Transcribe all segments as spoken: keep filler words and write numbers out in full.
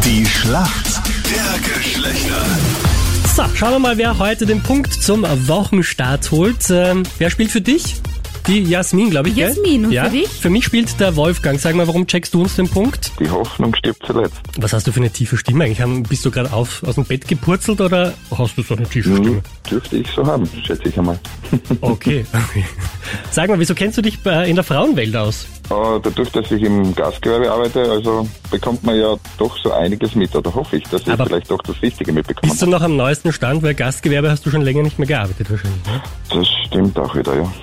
Die Schlacht der Geschlechter. So, schauen wir mal, wer heute den Punkt zum Wochenstart holt. Ähm, wer spielt für dich? Die Jasmin, glaube ich, gell? Jasmin, und ja? für dich? Für mich spielt der Wolfgang. Sag mal, warum checkst du uns den Punkt? Die Hoffnung stirbt zuletzt. Was hast du für eine tiefe Stimme eigentlich? Haben- Bist du gerade auf aus dem Bett gepurzelt oder hast du so eine tiefe Stimme? Hm, dürfte ich so haben, schätze ich einmal. Okay, okay. Sag mal, wieso kennst du dich bei- in der Frauenwelt aus? Aber dadurch, dass ich im Gastgewerbe arbeite, also bekommt man ja doch so einiges mit, oder hoffe ich, dass ich Aber vielleicht doch das Richtige mitbekomme. Bist du noch am neuesten Stand, weil Gastgewerbe hast du schon länger nicht mehr gearbeitet wahrscheinlich, ne? Das stimmt auch wieder, ja.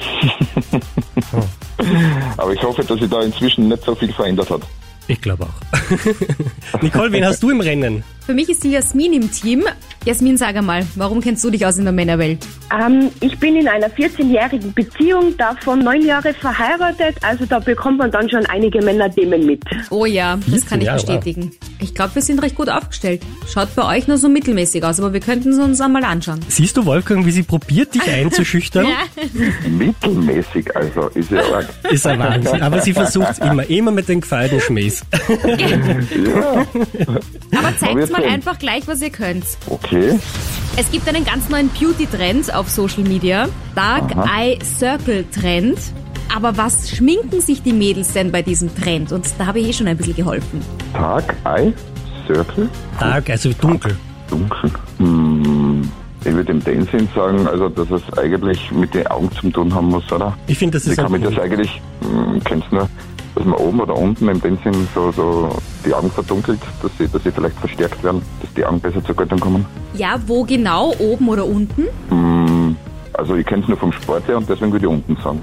Aber ich hoffe, dass sich da inzwischen nicht so viel verändert hat. Ich glaube auch. Nicole, wen hast du im Rennen? Für mich ist die Jasmin im Team. Jasmin, sag einmal, warum kennst du dich aus in der Männerwelt? Ähm, ich bin in einer vierzehnjährigen Beziehung, davon neun Jahre verheiratet, also da bekommt man dann schon einige Männerthemen mit. Oh ja, das kann ich Jahre. bestätigen. Ich glaube, wir sind recht gut aufgestellt. Schaut bei euch nur so mittelmäßig aus, aber wir könnten es uns einmal anschauen. Siehst du, Wolfgang, wie sie probiert, dich einzuschüchtern? Mittelmäßig, also ist ja arg. Ist ein Wahnsinn. Aber sie versucht immer, immer mit den gefeierten Schmähs. Ja, Aber zeigt wir mal sehen. einfach gleich, was ihr könnt. okay. Es gibt einen ganz neuen Beauty-Trend auf Social Media. Dark Eye Circle Trend. Aber was schminken sich die Mädels denn bei diesem Trend? Und da habe ich eh schon ein bisschen geholfen. Tag, Ei, Circle, Tag, also dunkel. dunkel. Hm, ich würde in dem Sinn sagen, also dass es eigentlich mit den Augen zu tun haben muss, oder? Ich finde, das Wie ist kann ein man das eigentlich, hm, kennst du nur, dass man oben oder unten in dem Sinn so, so die Augen verdunkelt, dass sie, dass sie vielleicht verstärkt werden, dass die Augen besser zur Geltung kommen? Ja, wo genau? Oben oder unten? Hm, also ich kenne es nur vom Sport her und deswegen würde ich unten sagen.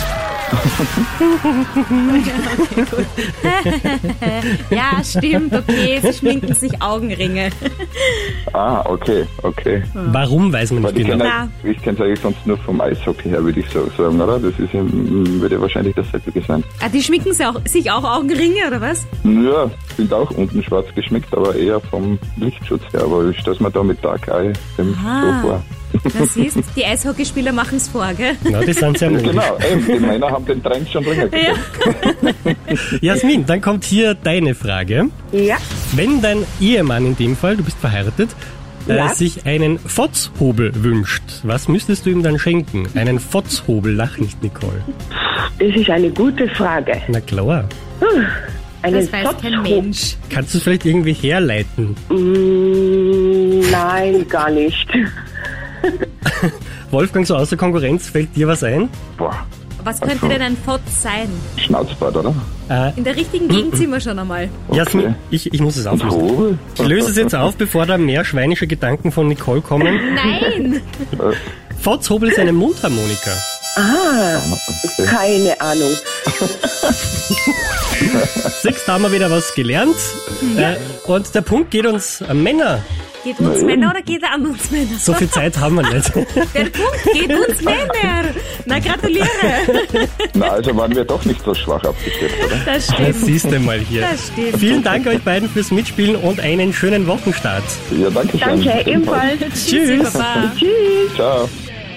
Ja, stimmt, okay, sie schminken sich Augenringe. Ah, okay, okay. Warum, weiß man Weil nicht ich genau. kenne ich kenne es eigentlich sonst nur vom Eishockey her, würde ich so sagen, oder? Das ist ja, würde ja wahrscheinlich dasselbe sein. Ah, die schminken sich auch, sich auch Augenringe, oder was? Ja, sind auch unten schwarz geschmeckt, aber eher vom Lichtschutz her. Aber ich stelle mir da mit Dark Eye dem Ah. so vor. Na siehst, die Eishockeyspieler machen es vor, gell? Ja, die sind sehr modisch. Genau, eben, die Männer haben den Trend schon länger gesehen. Jasmin, dann kommt hier deine Frage. Ja, Wenn dein Ehemann in dem Fall, du bist verheiratet, äh, Ja. sich einen Fotzhobel wünscht, was müsstest du ihm dann schenken? Einen Fotzhobel, lach nicht, Nicole. das ist eine gute Frage. Na klar. Einen Das weiß kein Fotzhob- Mensch. Kannst du es vielleicht irgendwie herleiten? Mm, nein, gar nicht. Wolfgang, so außer Konkurrenz, fällt dir was ein? Boah, Was könnte denn ein Fotz sein? Schnauzbart, oder? In der richtigen Gegend sind wir schon einmal. Jasmin, ich, ich muss es Und auflösen. Hobel? Ich löse es jetzt auf, bevor da mehr schweinische Gedanken von Nicole kommen. Nein! Fotzhobel ist eine Mundharmonika. Ah, Okay. keine Ahnung. Sechs, da haben wir wieder was gelernt. Äh, und der Punkt geht uns äh, Männer. Geht uns Männer oder geht er an uns Männer? So viel Zeit haben wir nicht. Der Punkt geht uns Männer. Na, gratuliere. Na, also waren wir doch nicht so schwach abgestellt, oder? Das Das stimmt. siehst du mal hier. Das stimmt. Vielen Dank euch beiden fürs Mitspielen und einen schönen Wochenstart. Ja, danke schön. Danke, ebenfalls. Tschüss. Baba. Tschüss. Ciao.